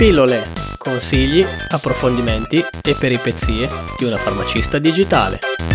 Pillole, consigli, approfondimenti e peripezie di una farmacista digitale.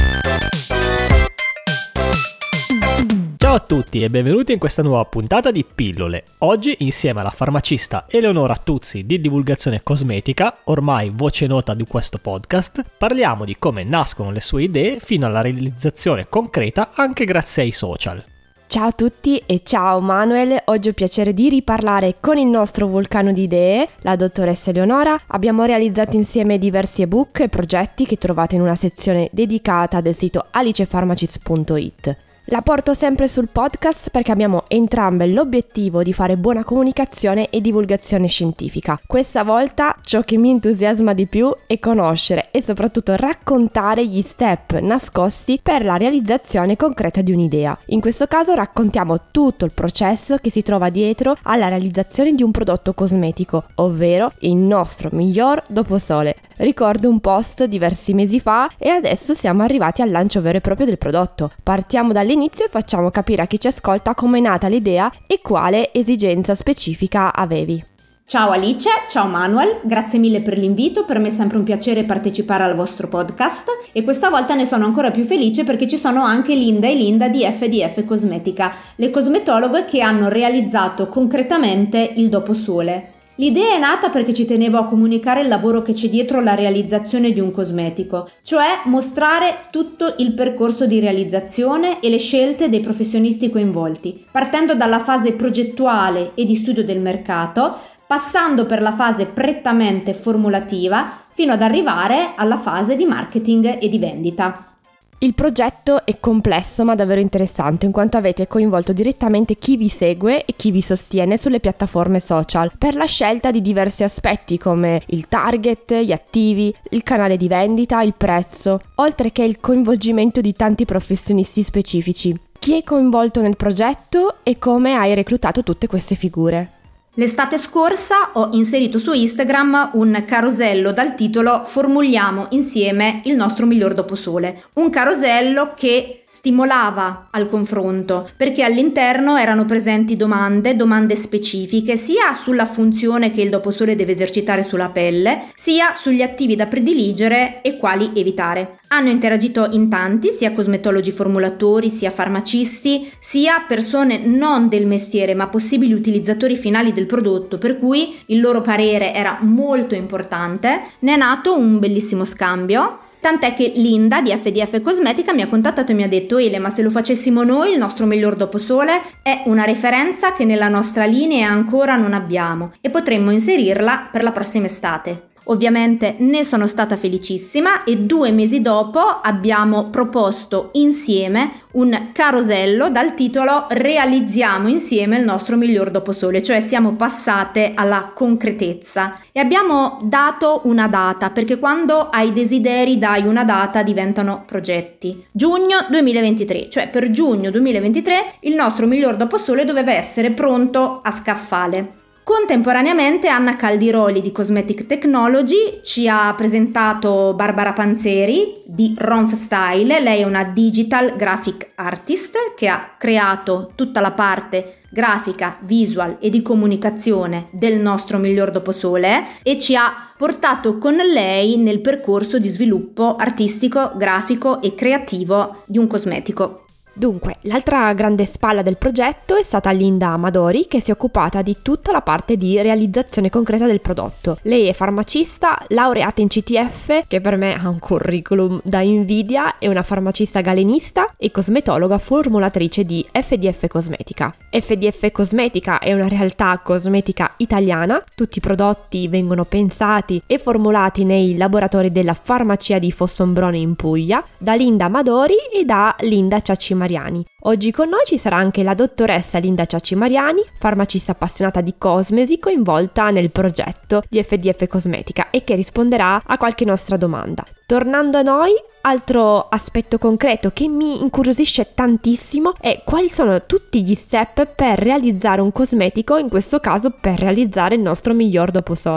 Ciao a tutti e benvenuti in questa nuova puntata di Pillole. Oggi insieme alla farmacista Eleonora Tuzzi di Divulgazione Cosmetica, ormai voce nota di questo podcast, parliamo di come nascono le sue idee fino alla realizzazione concreta anche grazie ai social. Ciao a tutti e ciao Manuel, oggi ho piacere di riparlare con il nostro vulcano di idee, la dottoressa Eleonora. Abbiamo realizzato insieme diversi ebook e progetti che trovate in una sezione dedicata del sito alicefarmacist.it. La porto sempre sul podcast perché abbiamo entrambe l'obiettivo di fare buona comunicazione e divulgazione scientifica. Questa volta ciò che mi entusiasma di più è conoscere e soprattutto raccontare gli step nascosti per la realizzazione concreta di un'idea. In questo caso raccontiamo tutto il processo che si trova dietro alla realizzazione di un prodotto cosmetico, ovvero il nostro miglior doposole. Ricordo un post diversi mesi fa e adesso siamo arrivati al lancio vero e proprio del prodotto. Partiamo dall'inizio e facciamo capire a chi ci ascolta come è nata l'idea e quale esigenza specifica avevi. Ciao Alice, ciao Manuel, grazie mille per l'invito, per me è sempre un piacere partecipare al vostro podcast e questa volta ne sono ancora più felice perché ci sono anche Linda e Linda di FDF Cosmetica, le cosmetologhe che hanno realizzato concretamente il doposole. L'idea è nata perché ci tenevo a comunicare il lavoro che c'è dietro la realizzazione di un cosmetico, cioè mostrare tutto il percorso di realizzazione e le scelte dei professionisti coinvolti, partendo dalla fase progettuale e di studio del mercato, passando per la fase prettamente formulativa, fino ad arrivare alla fase di marketing e di vendita. Il progetto è complesso ma davvero interessante in quanto avete coinvolto direttamente chi vi segue e chi vi sostiene sulle piattaforme social per la scelta di diversi aspetti come il target, gli attivi, il canale di vendita, il prezzo, oltre che il coinvolgimento di tanti professionisti specifici. Chi è coinvolto nel progetto e come hai reclutato tutte queste figure? L'estate scorsa ho inserito su Instagram un carosello dal titolo "Formuliamo insieme il nostro miglior doposole", un carosello che stimolava al confronto perché all'interno erano presenti domande specifiche sia sulla funzione che il doposole deve esercitare sulla pelle, sia sugli attivi da prediligere e quali evitare. Hanno interagito in tanti, sia cosmetologi formulatori, sia farmacisti, sia persone non del mestiere ma possibili utilizzatori finali del prodotto, per cui il loro parere era molto importante. Ne è nato un bellissimo scambio, tant'è che Linda di FDF Cosmetica mi ha contattato e mi ha detto: Ele, ma se lo facessimo noi il nostro miglior doposole è una referenza che nella nostra linea ancora non abbiamo e potremmo inserirla per la prossima estate. Ovviamente ne sono stata felicissima e 2 mesi dopo abbiamo proposto insieme un carosello dal titolo "Realizziamo insieme il nostro miglior doposole", cioè siamo passate alla concretezza e abbiamo dato una data, perché quando hai desideri dai una data diventano progetti. Giugno 2023, cioè per giugno 2023 il nostro miglior doposole doveva essere pronto a scaffale. Contemporaneamente Anna Caldiroli di Cosmetic Technology ci ha presentato Barbara Panzeri di Ronf Style. Lei è una digital graphic artist che ha creato tutta la parte grafica, visual e di comunicazione del nostro miglior doposole e ci ha portato con lei nel percorso di sviluppo artistico, grafico e creativo di un cosmetico. Dunque, l'altra grande spalla del progetto è stata Linda Amadori, che si è occupata di tutta la parte di realizzazione concreta del prodotto. Lei è farmacista, laureata in CTF, che per me ha un curriculum da invidia, è una farmacista galenista e cosmetologa formulatrice di FDF Cosmetica. FDF Cosmetica è una realtà cosmetica italiana, tutti i prodotti vengono pensati e formulati nei laboratori della farmacia di Fossombrone in Puglia, da Linda Amadori e da Linda Ciacci Mariani. Oggi con noi ci sarà anche la dottoressa Linda Ciacci Mariani, farmacista appassionata di cosmesi coinvolta nel progetto di FDF Cosmetica e che risponderà a qualche nostra domanda. Tornando a noi, altro aspetto concreto che mi incuriosisce tantissimo è quali sono tutti gli step per realizzare un cosmetico, in questo caso per realizzare il nostro miglior doposole.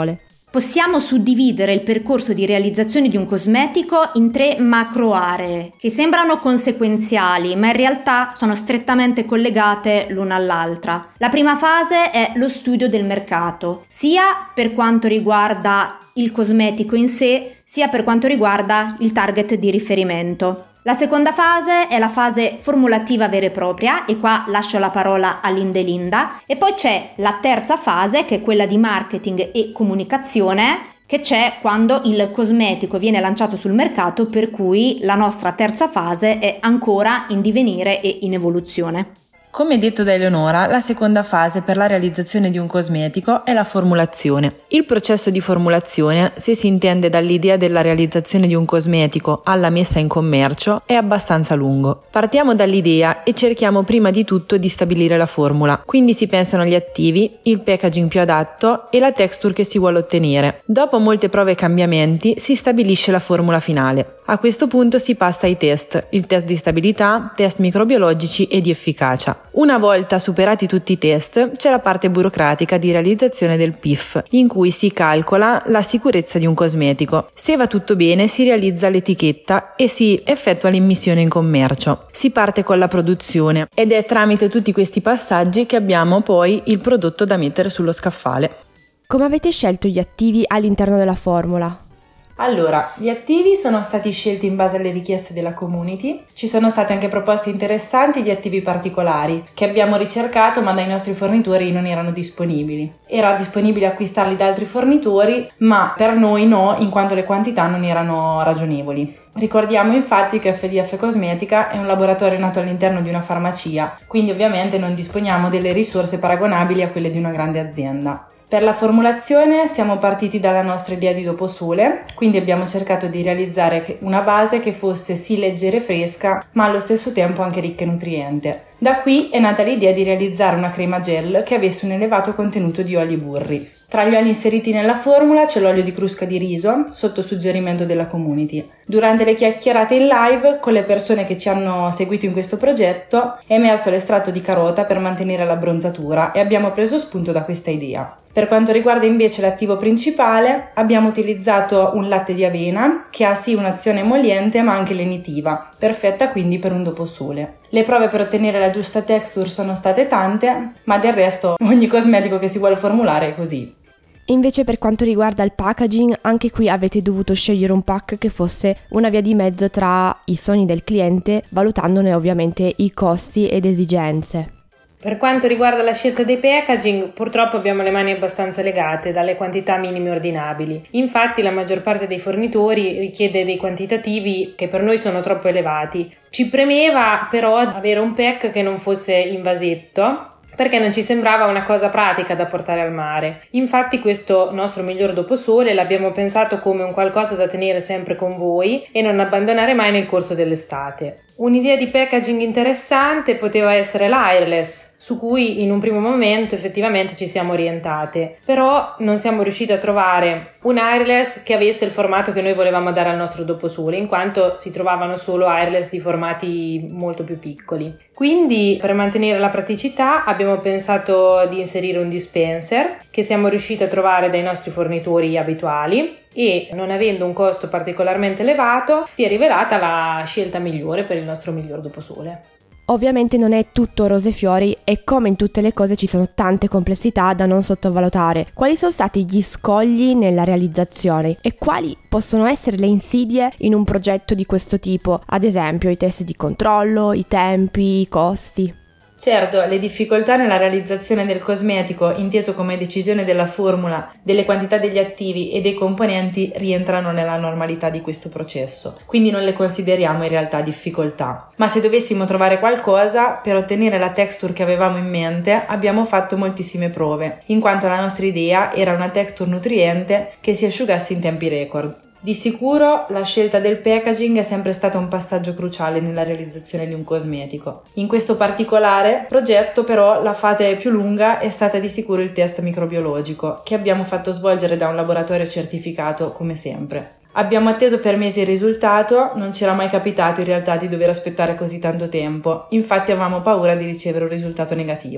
Possiamo suddividere il percorso di realizzazione di un cosmetico in 3 macro aree che sembrano conseguenziali, ma in realtà sono strettamente collegate l'una all'altra. La prima fase è lo studio del mercato, sia per quanto riguarda il cosmetico in sé, sia per quanto riguarda il target di riferimento. La seconda fase è la fase formulativa vera e propria, e qua lascio la parola a Linda e Linda, e poi c'è la terza fase, che è quella di marketing e comunicazione, che c'è quando il cosmetico viene lanciato sul mercato, per cui la nostra terza fase è ancora in divenire e in evoluzione. Come detto da Eleonora, la seconda fase per la realizzazione di un cosmetico è la formulazione. Il processo di formulazione, se si intende dall'idea della realizzazione di un cosmetico alla messa in commercio, è abbastanza lungo. Partiamo dall'idea e cerchiamo prima di tutto di stabilire la formula, quindi si pensano gli attivi, il packaging più adatto e la texture che si vuole ottenere. Dopo molte prove e cambiamenti si stabilisce la formula finale. A questo punto si passa ai test, il test di stabilità, test microbiologici e di efficacia. Una volta superati tutti i test, c'è la parte burocratica di realizzazione del PIF, in cui si calcola la sicurezza di un cosmetico. Se va tutto bene, si realizza l'etichetta e si effettua l'immissione in commercio. Si parte con la produzione ed è tramite tutti questi passaggi che abbiamo poi il prodotto da mettere sullo scaffale. Come avete scelto gli attivi all'interno della formula? Allora, gli attivi sono stati scelti in base alle richieste della community. Ci sono state anche proposte interessanti di attivi particolari che abbiamo ricercato ma dai nostri fornitori non erano disponibili. Era disponibile acquistarli da altri fornitori, ma per noi no, in quanto le quantità non erano ragionevoli. Ricordiamo infatti che FDF Cosmetica è un laboratorio nato all'interno di una farmacia, quindi ovviamente non disponiamo delle risorse paragonabili a quelle di una grande azienda. Per la formulazione siamo partiti dalla nostra idea di doposole, quindi abbiamo cercato di realizzare una base che fosse sì leggera e fresca, ma allo stesso tempo anche ricca e nutriente. Da qui è nata l'idea di realizzare una crema gel che avesse un elevato contenuto di oli e burri. Tra gli oli inseriti nella formula c'è l'olio di crusca di riso, sotto suggerimento della community. Durante le chiacchierate in live con le persone che ci hanno seguito in questo progetto è emerso l'estratto di carota per mantenere la bronzatura e abbiamo preso spunto da questa idea. Per quanto riguarda invece l'attivo principale, abbiamo utilizzato un latte di avena che ha sì un'azione emolliente ma anche lenitiva, perfetta quindi per un doposole. Le prove per ottenere la giusta texture sono state tante, ma del resto ogni cosmetico che si vuole formulare è così. Invece per quanto riguarda il packaging, anche qui avete dovuto scegliere un pack che fosse una via di mezzo tra i sogni del cliente, valutandone ovviamente i costi ed esigenze. Per quanto riguarda la scelta dei packaging, purtroppo abbiamo le mani abbastanza legate dalle quantità minime ordinabili. Infatti la maggior parte dei fornitori richiede dei quantitativi che per noi sono troppo elevati. Ci premeva però avere un pack che non fosse in vasetto, perché non ci sembrava una cosa pratica da portare al mare. Infatti questo nostro miglior doposole l'abbiamo pensato come un qualcosa da tenere sempre con voi e non abbandonare mai nel corso dell'estate. Un'idea di packaging interessante poteva essere l'Airless, su cui in un primo momento effettivamente ci siamo orientate, però non siamo riusciti a trovare un Airless che avesse il formato che noi volevamo dare al nostro doposole, in quanto si trovavano solo Airless di formati molto più piccoli. Quindi per mantenere la praticità abbiamo pensato di inserire un dispenser che siamo riusciti a trovare dai nostri fornitori abituali e, non avendo un costo particolarmente elevato, si è rivelata la scelta migliore per il nostro miglior doposole. Ovviamente non è tutto rose e fiori e come in tutte le cose ci sono tante complessità da non sottovalutare. Quali sono stati gli scogli nella realizzazione e quali possono essere le insidie in un progetto di questo tipo? Ad esempio i test di controllo, i tempi, i costi. Certo, le difficoltà nella realizzazione del cosmetico, inteso come decisione della formula, delle quantità degli attivi e dei componenti, rientrano nella normalità di questo processo, quindi non le consideriamo in realtà difficoltà. Ma se dovessimo trovare qualcosa, per ottenere la texture che avevamo in mente, abbiamo fatto moltissime prove, in quanto la nostra idea era una texture nutriente che si asciugasse in tempi record. Di sicuro la scelta del packaging è sempre stato un passaggio cruciale nella realizzazione di un cosmetico. In questo particolare progetto però la fase più lunga è stata di sicuro il test microbiologico, che abbiamo fatto svolgere da un laboratorio certificato come sempre. Abbiamo atteso per mesi il risultato, non ci era mai capitato in realtà di dover aspettare così tanto tempo, infatti avevamo paura di ricevere un risultato negativo.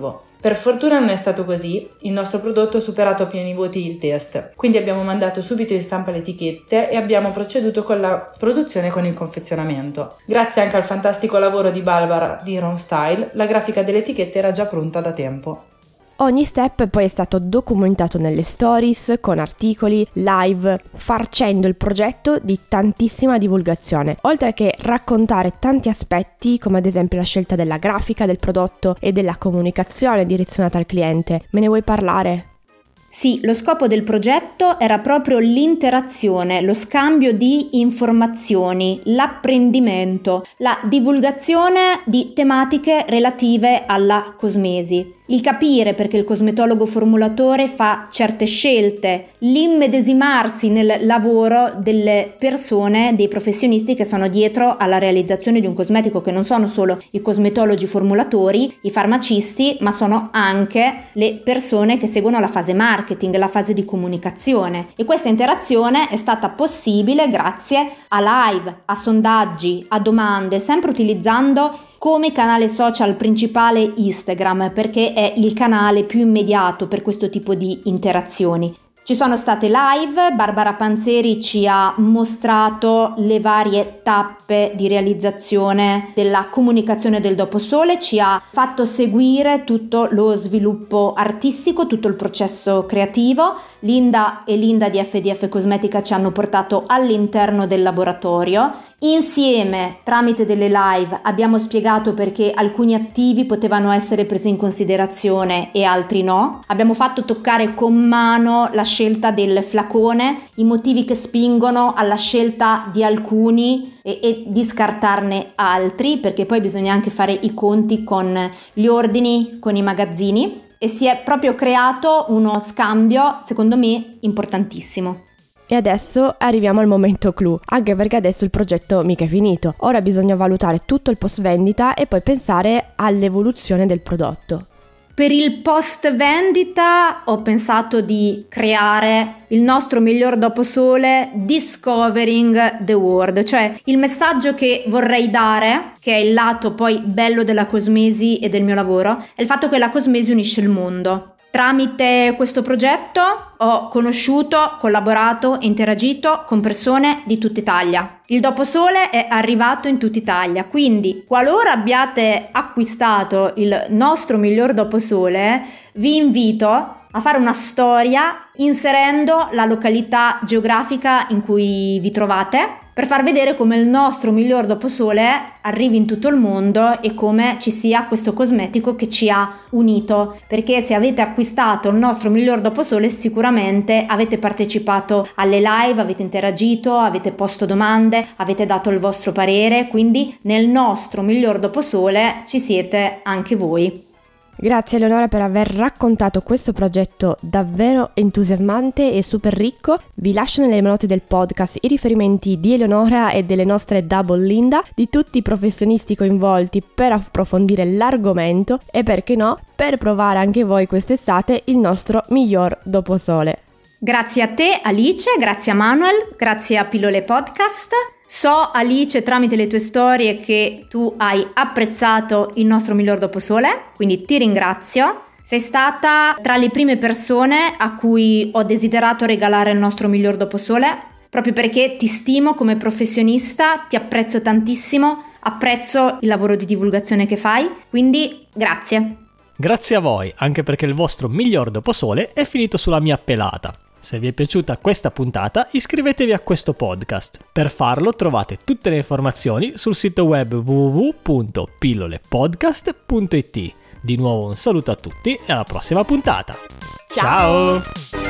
Per fortuna non è stato così, il nostro prodotto ha superato a pieni voti il test, quindi abbiamo mandato subito in stampa le etichette e abbiamo proceduto con la produzione e con il confezionamento. Grazie anche al fantastico lavoro di Barbara di Ron Style, la grafica delle etichette era già pronta da tempo. Ogni step poi è stato documentato nelle stories, con articoli, live, farcendo il progetto di tantissima divulgazione, oltre che raccontare tanti aspetti come ad esempio la scelta della grafica del prodotto e della comunicazione direzionata al cliente. Me ne vuoi parlare? Sì, lo scopo del progetto era proprio l'interazione, lo scambio di informazioni, l'apprendimento, la divulgazione di tematiche relative alla cosmesi. Il capire perché il cosmetologo formulatore fa certe scelte, l'immedesimarsi nel lavoro delle persone, dei professionisti che sono dietro alla realizzazione di un cosmetico, che non sono solo i cosmetologi formulatori, i farmacisti, ma sono anche le persone che seguono la fase marketing, la fase di comunicazione. E questa interazione è stata possibile grazie a live, a sondaggi, a domande, sempre utilizzando come canale social principale Instagram, perché è il canale più immediato per questo tipo di interazioni. Ci sono state live, Barbara Panzeri ci ha mostrato le varie tappe di realizzazione della comunicazione del doposole, ci ha fatto seguire tutto lo sviluppo artistico, tutto il processo creativo. Linda e Linda di FDF Cosmetica ci hanno portato all'interno del laboratorio. Insieme, tramite delle live, abbiamo spiegato perché alcuni attivi potevano essere presi in considerazione e altri no. Abbiamo fatto toccare con mano la scelta del flacone, i motivi che spingono alla scelta di alcuni e di scartarne altri, perché poi bisogna anche fare i conti con gli ordini, con i magazzini, e si è proprio creato uno scambio, secondo me, importantissimo. E adesso arriviamo al momento clou, anche perché adesso il progetto mica è finito. Ora bisogna valutare tutto il post vendita e poi pensare all'evoluzione del prodotto. Per il post vendita ho pensato di creare il nostro miglior doposole Discovering the World, cioè il messaggio che vorrei dare, che è il lato poi bello della cosmesi e del mio lavoro, è il fatto che la cosmesi unisce il mondo. Tramite questo progetto ho conosciuto, collaborato e interagito con persone di tutta Italia. Il doposole è arrivato in tutta Italia, quindi qualora abbiate acquistato il nostro miglior doposole, vi invito a fare una storia inserendo la località geografica in cui vi trovate, per far vedere come il nostro miglior doposole arrivi in tutto il mondo e come ci sia questo cosmetico che ci ha unito, perché se avete acquistato il nostro miglior doposole sicuramente avete partecipato alle live, avete interagito, avete posto domande, avete dato il vostro parere, quindi nel nostro miglior doposole ci siete anche voi. Grazie Eleonora per aver raccontato questo progetto davvero entusiasmante e super ricco. Vi lascio nelle note del podcast i riferimenti di Eleonora e delle nostre Double Linda, di tutti i professionisti coinvolti per approfondire l'argomento e, perché no, per provare anche voi quest'estate il nostro miglior doposole. Grazie a te Alice, grazie a Manuel, grazie a Pillole Podcast. So Alice tramite le tue storie che tu hai apprezzato il nostro miglior doposole, quindi ti ringrazio. Sei stata tra le prime persone a cui ho desiderato regalare il nostro miglior doposole, proprio perché ti stimo come professionista, ti apprezzo tantissimo, apprezzo il lavoro di divulgazione che fai, quindi grazie. Grazie a voi, anche perché il vostro miglior doposole è finito sulla mia pelata. Se vi è piaciuta questa puntata, iscrivetevi a questo podcast. Per farlo trovate tutte le informazioni sul sito web www.pillolepodcast.it. Di nuovo un saluto a tutti e alla prossima puntata. Ciao!